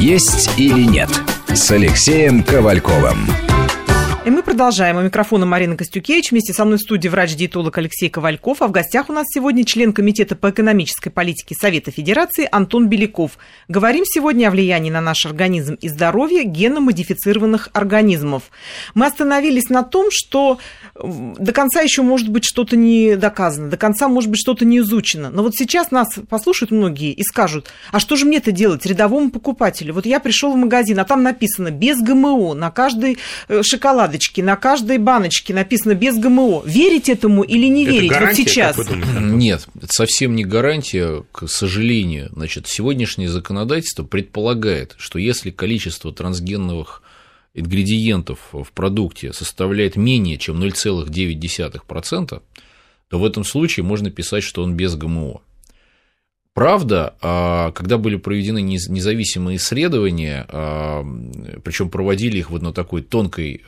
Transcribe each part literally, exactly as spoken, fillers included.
«Есть или нет» с Алексеем Ковальковым. И мы продолжаем. У микрофона Марина Костюкевич. Вместе со мной в студии врач-диетолог Алексей Ковальков. А в гостях у нас сегодня член Комитета по экономической политике Совета Федерации Антон Беляков. Говорим сегодня о влиянии на наш организм и здоровье генно-модифицированных организмов. Мы остановились на том, что до конца еще может быть что-то не доказано, до конца может быть что-то не изучено. Но вот сейчас нас послушают многие и скажут: а что же мне-то делать, рядовому покупателю? Вот я пришел в магазин, а там написано без ГМО, на каждой шоколадке, на каждой баночке написано без ГМО. Верить этому или не верить? Это гарантия, вот сейчас? как вы думаете? Нет, это совсем не гарантия, к сожалению. Значит, сегодняшнее законодательство предполагает, что если количество трансгенных ингредиентов в продукте составляет менее чем ноль целых девять десятых процента, то в этом случае можно писать, что он без ГМО. Правда, когда были проведены независимые исследования, причем проводили их вот на такой тонкой,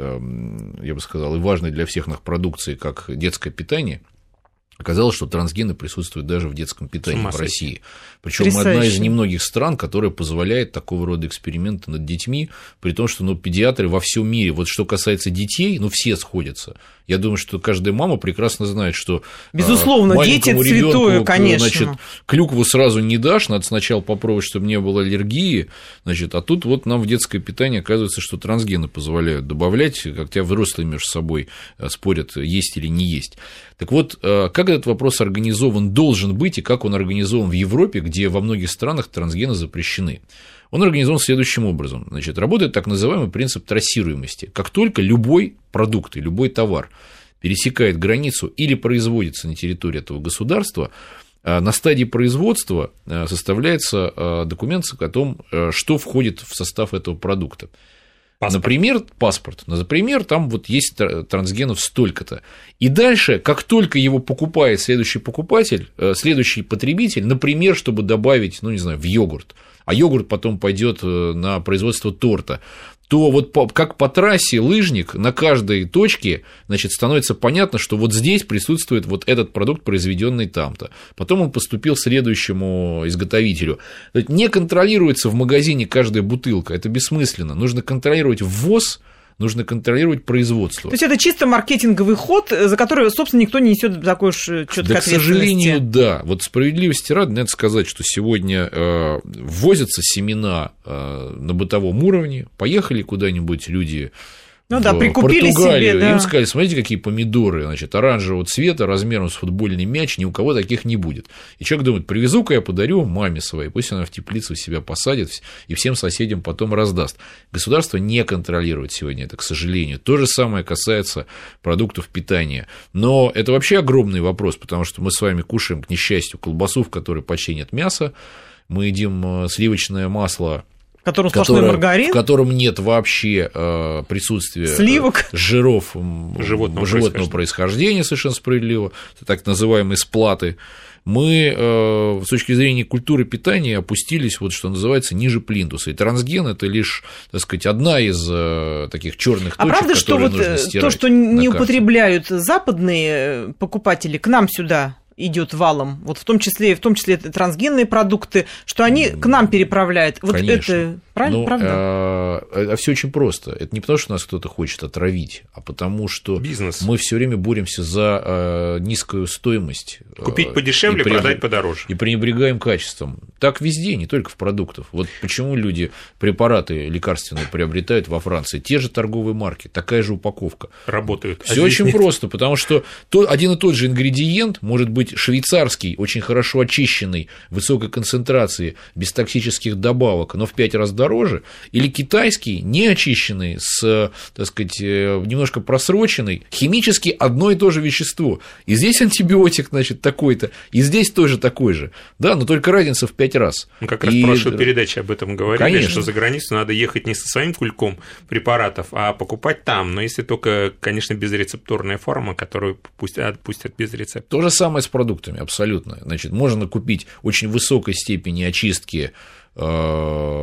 я бы сказал, и важной для всех нас продукции, как детское питание, оказалось, что трансгены присутствуют даже в детском питании в России. Причем мы одна из немногих стран, которая позволяет такого рода эксперименты над детьми, при том, что ну, педиатры во всем мире, вот что касается детей, ну все сходятся. Я думаю, что каждая мама прекрасно знает, что безусловно, дети это святое, конечно. Значит, клюкву сразу не дашь, надо сначала попробовать, чтобы не было аллергии, значит, а тут вот нам в детское питание оказывается, что трансгены позволяют добавлять, как тебя взрослые между собой спорят, есть или не есть. Так вот, как этот вопрос организован должен быть и как он организован в Европе, где во многих странах трансгены запрещены? Он организован следующим образом. Значит, работает так называемый принцип трассируемости. Как только любой продукт и любой товар пересекает границу или производится на территории этого государства, на стадии производства составляется документ о том, что входит в состав этого продукта. Паспорт. Например, паспорт. Например, там вот есть трансгенов столько-то. И дальше, как только его покупает следующий покупатель, следующий потребитель, например, чтобы добавить, ну, не знаю, в йогурт, а йогурт потом пойдет на производство торта, то вот по, как по трассе лыжник на каждой точке, значит, становится понятно, что вот здесь присутствует вот этот продукт, произведенный там-то. Потом он поступил следующему изготовителю. Не контролируется в магазине каждая бутылка, это бессмысленно. Нужно контролировать ввоз, нужно контролировать производство. То есть это чисто маркетинговый ход, за который, собственно, никто не несет такой уж четкой да, ответственности. К сожалению, да. Вот справедливости ради, надо сказать, что сегодня э, ввозятся семена э, на бытовом уровне, поехали куда-нибудь люди. Ну в да, прикупили Португалию, себе, да. Им сказали: смотрите, какие помидоры, значит, оранжевого цвета, размером с футбольный мяч, ни у кого таких не будет. И человек думает: привезу-ка я, подарю маме своей, пусть она в теплицу у себя посадит и всем соседям потом раздаст. Государство не контролирует сегодня это, к сожалению. То же самое касается продуктов питания. Но это вообще огромный вопрос, потому что мы с вами кушаем, к несчастью, колбасу, в которой почти нет мяса, мы едим сливочное масло, в котором сплошной которое, маргарин, в котором нет вообще э, присутствия сливок, жиров животного, животного происхождения. происхождения, совершенно справедливо, так называемые сплаты. Мы э, с точки зрения культуры питания опустились, вот, что называется, ниже плинтуса. И трансген – это лишь, так сказать, одна из э, таких черных а точек, правда, которые что нужно вот стирать. То, что не употребляют западные покупатели, к нам сюда идет валом, вот в том числе, в том числе трансгенные продукты, что они к нам переправляют. Вот Конечно. Это правильно, Но, правда? А, а все очень просто. Это не потому, что нас кто-то хочет отравить, а потому что бизнес. Мы все время боремся за а, низкую стоимость. Купить подешевле, пренеб... продать подороже. И пренебрегаем качеством. Так везде, не только в продуктах. Вот почему люди препараты лекарственные приобретают во Франции. Те же торговые марки, такая же упаковка. Работают. Все а очень нет. просто, потому что то, один и тот же ингредиент может быть швейцарский, очень хорошо очищенный, высокой концентрации, без токсических добавок, но в пять раз дороже, или китайский, не очищенный, с, так сказать, немножко просроченный, химически одно и то же вещество. И здесь антибиотик, значит, такой-то, и здесь тоже такой же. Да, но только разница в пять раз. Мы как раз и... в прошлой передаче об этом говорили, Конечно. Что за границу надо ехать не со своим кульком препаратов, а покупать там, но если только, конечно, безрецептурная форма, которую пустят, пустят без рецепта. То же самое с продуктами, абсолютно. Значит, можно купить очень высокой степени очистки,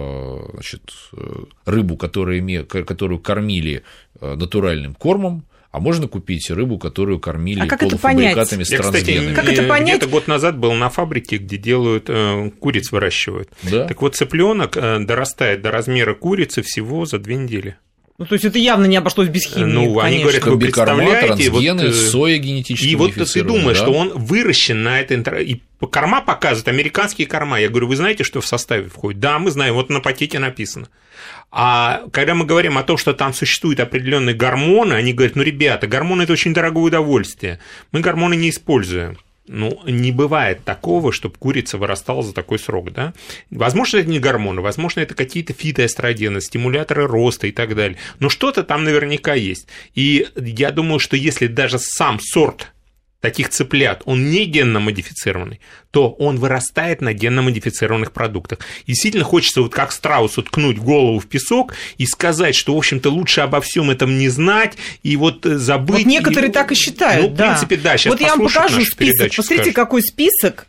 значит, рыбу, которую, которую кормили натуральным кормом, А можно купить рыбу, которую кормили а полуфабрикатами с трансгенами. Как это понять? Где-то год назад был на фабрике, где делают, э, куриц выращивают. Да? Так вот, цыпленок э, дорастает до размера курицы всего за две недели. Ну, то есть это явно не обошлось без химии. Ну, конечно. Они говорят, вы представляете... трансгены, вот, соя генетически И вот ты думаешь, да? что он выращен на этой... И корма показывают, американские корма. Я говорю, вы знаете, что в составе входит? Да, мы знаем, вот на пакете написано. А когда мы говорим о том, что там существуют определенные гормоны, они говорят, ну, ребята, гормоны – это очень дорогое удовольствие. Мы гормоны не используем. Ну, не бывает такого, чтобы курица вырастала за такой срок, да? Возможно, это не гормоны, возможно, это какие-то фитоэстрогены, стимуляторы роста и так далее. Но что-то там наверняка есть. И я думаю, что если даже сам сорт таких цыплят, он не генно-модифицированный, то он вырастает на генно-модифицированных продуктах. И действительно хочется вот как страусу ткнуть голову в песок и сказать, что, в общем-то, лучше обо всем этом не знать и вот забыть. Вот некоторые и... так и считают, ну, да. в принципе, да. Сейчас вот я вам покажу список. Передачу, посмотрите, скажешь. Какой список.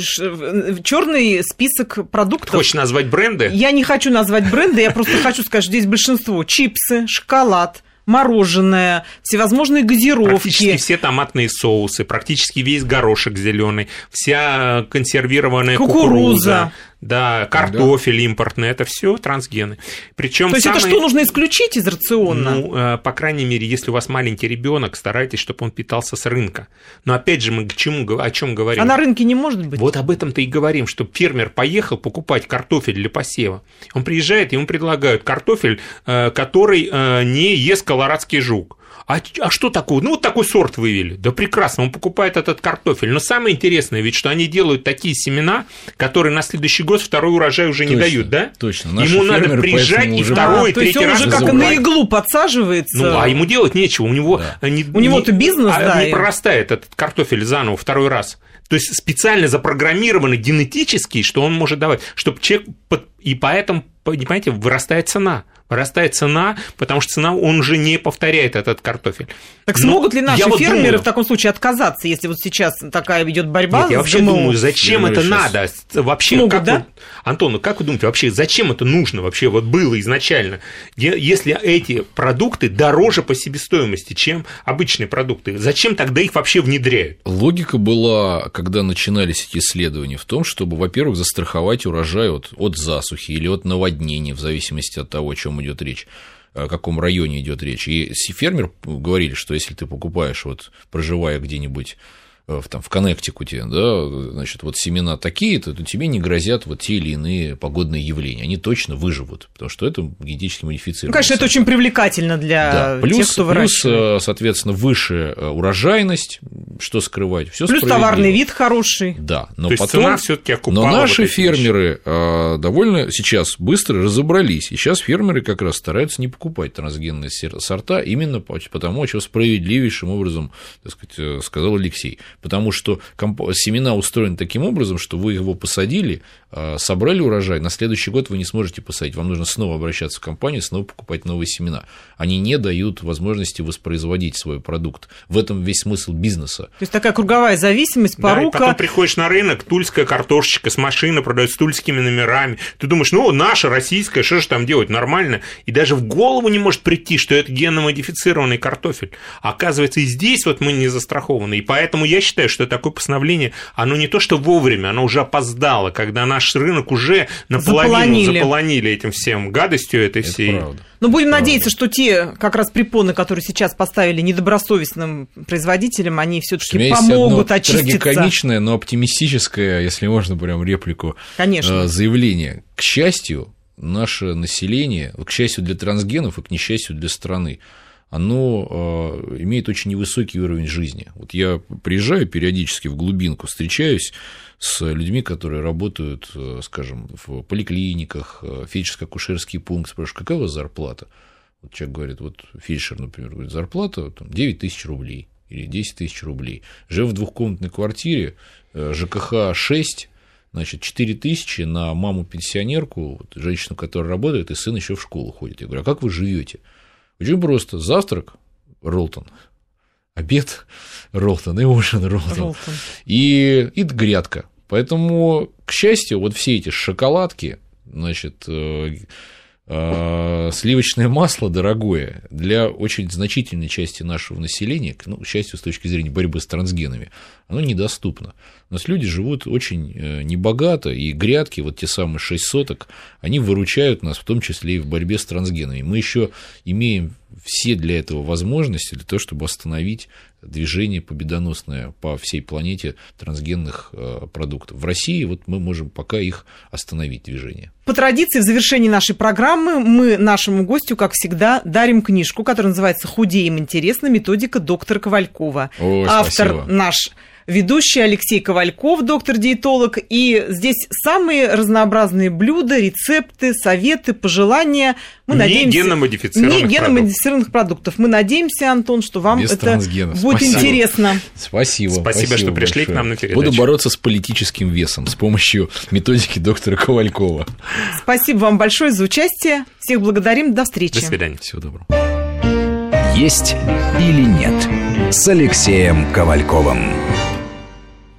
Черный список продуктов. Хочешь назвать бренды? Я не хочу назвать бренды, я просто хочу сказать, что здесь большинство. Чипсы, шоколад, мороженое, всевозможные газировки. Практически все томатные соусы, практически весь горошек зеленый, вся консервированная кукуруза. кукуруза. Да, картофель да. импортный, это все трансгены. Причем То есть самые... это что нужно исключить из рациона? Ну, по крайней мере, если у вас маленький ребенок, старайтесь, чтобы он питался с рынка. Но опять же, мы к чему, о чем говорим? А на рынке не может быть? Вот об этом-то и говорим, что фермер поехал покупать картофель для посева. Он приезжает, ему предлагают картофель, который не ест колорадский жук. А, а что такое? Ну, вот такой сорт вывели. Да прекрасно, он покупает этот картофель. Но самое интересное, ведь что они делают такие семена, которые на следующий год второй урожай уже точно, не дают, да? Точно. Наши ему надо приезжать и уже... второй, а, третий то есть он раз уже как забрать. на иглу подсаживается. Ну, а ему делать нечего. У него, да. не, у него-то бизнес, не, да. Не прорастает этот картофель заново второй раз. То есть специально запрограммированы генетически, что он может давать, чтобы человек... И поэтому, понимаете, вырастает цена. Вырастает цена, потому что цена, он уже не повторяет этот картофель. Так Но смогут ли наши вот фермеры думаю, в таком случае отказаться, если вот сейчас такая идет борьба? Нет, я вообще ГМО? думаю, зачем фермеры это сейчас... надо? Вообще, Смогут, как да? вот, Антон, ну как вы думаете, вообще зачем это нужно вообще вот было изначально, если эти продукты дороже по себестоимости, чем обычные продукты? Зачем тогда их вообще внедряют? Логика была, когда начинались эти исследования, в том, чтобы, во-первых, застраховать урожай от, от засухи или от наводнения, в зависимости от того, о чем идет речь. О каком районе идет речь. И фермер говорили, что если ты покупаешь, вот, проживая где-нибудь в, там, в Коннектикуте, да, значит, вот семена такие-то, то тебе не грозят вот те или иные погодные явления. Они точно выживут, потому что это генетически модифицировано. Ну, конечно, это очень привлекательно для да. плюс, тех, кто выращивает. Плюс, соответственно, выше урожайность, что скрывать, все плюс товарный вид хороший. Да, но то потом... есть цена всё-таки окупала. Но наши вот фермеры вещи. довольно сейчас быстро разобрались, и сейчас фермеры как раз стараются не покупать трансгенные сорта именно потому, о чем справедливейшим образом, так сказать, сказал Алексей. Потому что семена устроены таким образом, что вы его посадили, собрали урожай, на следующий год вы не сможете посадить. Вам нужно снова обращаться в компанию, снова покупать новые семена. Они не дают возможности воспроизводить свой продукт. В этом весь смысл бизнеса. То есть такая круговая зависимость, порука. Да, и потом приходишь на рынок, тульская картошечка с машины продают с тульскими номерами. Ты думаешь, ну, наша, российская, что же там делать, нормально. И даже в голову не может прийти, что это генно-модифицированный картофель. Оказывается, и здесь вот мы не застрахованы. И поэтому я считаю, что такое постановление, оно не то, что вовремя, оно уже опоздало, когда наш рынок уже наполовину заполонили, заполонили этим всем гадостью этой это всей. Правда. Но будем Правда. надеяться, что те как раз препоны, которые сейчас поставили недобросовестным производителям, они все-таки помогут очиститься. Трагикомичное, но оптимистическое, если можно прям реплику, Конечно. заявление. К счастью, наше население, к счастью для трансгенов и к несчастью для страны, оно э, имеет очень невысокий уровень жизни. Вот я приезжаю периодически в глубинку, встречаюсь с людьми, которые работают, скажем, в поликлиниках, фельдшерско-акушерский пункт, спрашиваю, какая у вас зарплата? Вот человек говорит, вот фельдшер, например, говорит, зарплата там, девять тысяч рублей или десять тысяч рублей. Живем в двухкомнатной квартире, ЖКХ шесть, значит, четыре тысячи на маму-пенсионерку, вот, женщину, которая работает, и сын еще в школу ходит. Я говорю, а как вы живете? Очень просто. Завтрак – Ролтон, обед – Ролтон и ужин – Ролтон. И, и грядка. Поэтому, к счастью, вот все эти шоколадки, значит, Сливочное масло дорогое для очень значительной части нашего населения, ну, к счастью, с точки зрения борьбы с трансгенами, оно недоступно. У нас люди живут очень небогато, и грядки, вот те самые шесть соток, они выручают нас, в том числе и в борьбе с трансгенами. Мы еще имеем все для этого возможности, для того, чтобы остановить движение победоносное по всей планете трансгенных продуктов. В России вот мы можем пока их остановить, движение. По традиции, в завершении нашей программы мы нашему гостю, как всегда, дарим книжку, которая называется «Худеем интересно. Методика доктора Ковалькова». О, автор спасибо. Наш ведущий Алексей Ковальков, доктор-диетолог. И здесь самые разнообразные блюда, рецепты, советы, пожелания. Мы не надеемся, генно-модифицированных не генно-модифицированных продуктов. Мы надеемся, Антон, что вам без это трансгенов. будет Спасибо. интересно. Спасибо. Спасибо, спасибо что пришли большое. к нам на передачу. Буду бороться с политическим весом с помощью методики доктора Ковалькова. Спасибо вам большое за участие. Всех благодарим. До встречи. До свидания. Всего доброго. «Есть или нет» с Алексеем Ковальковым.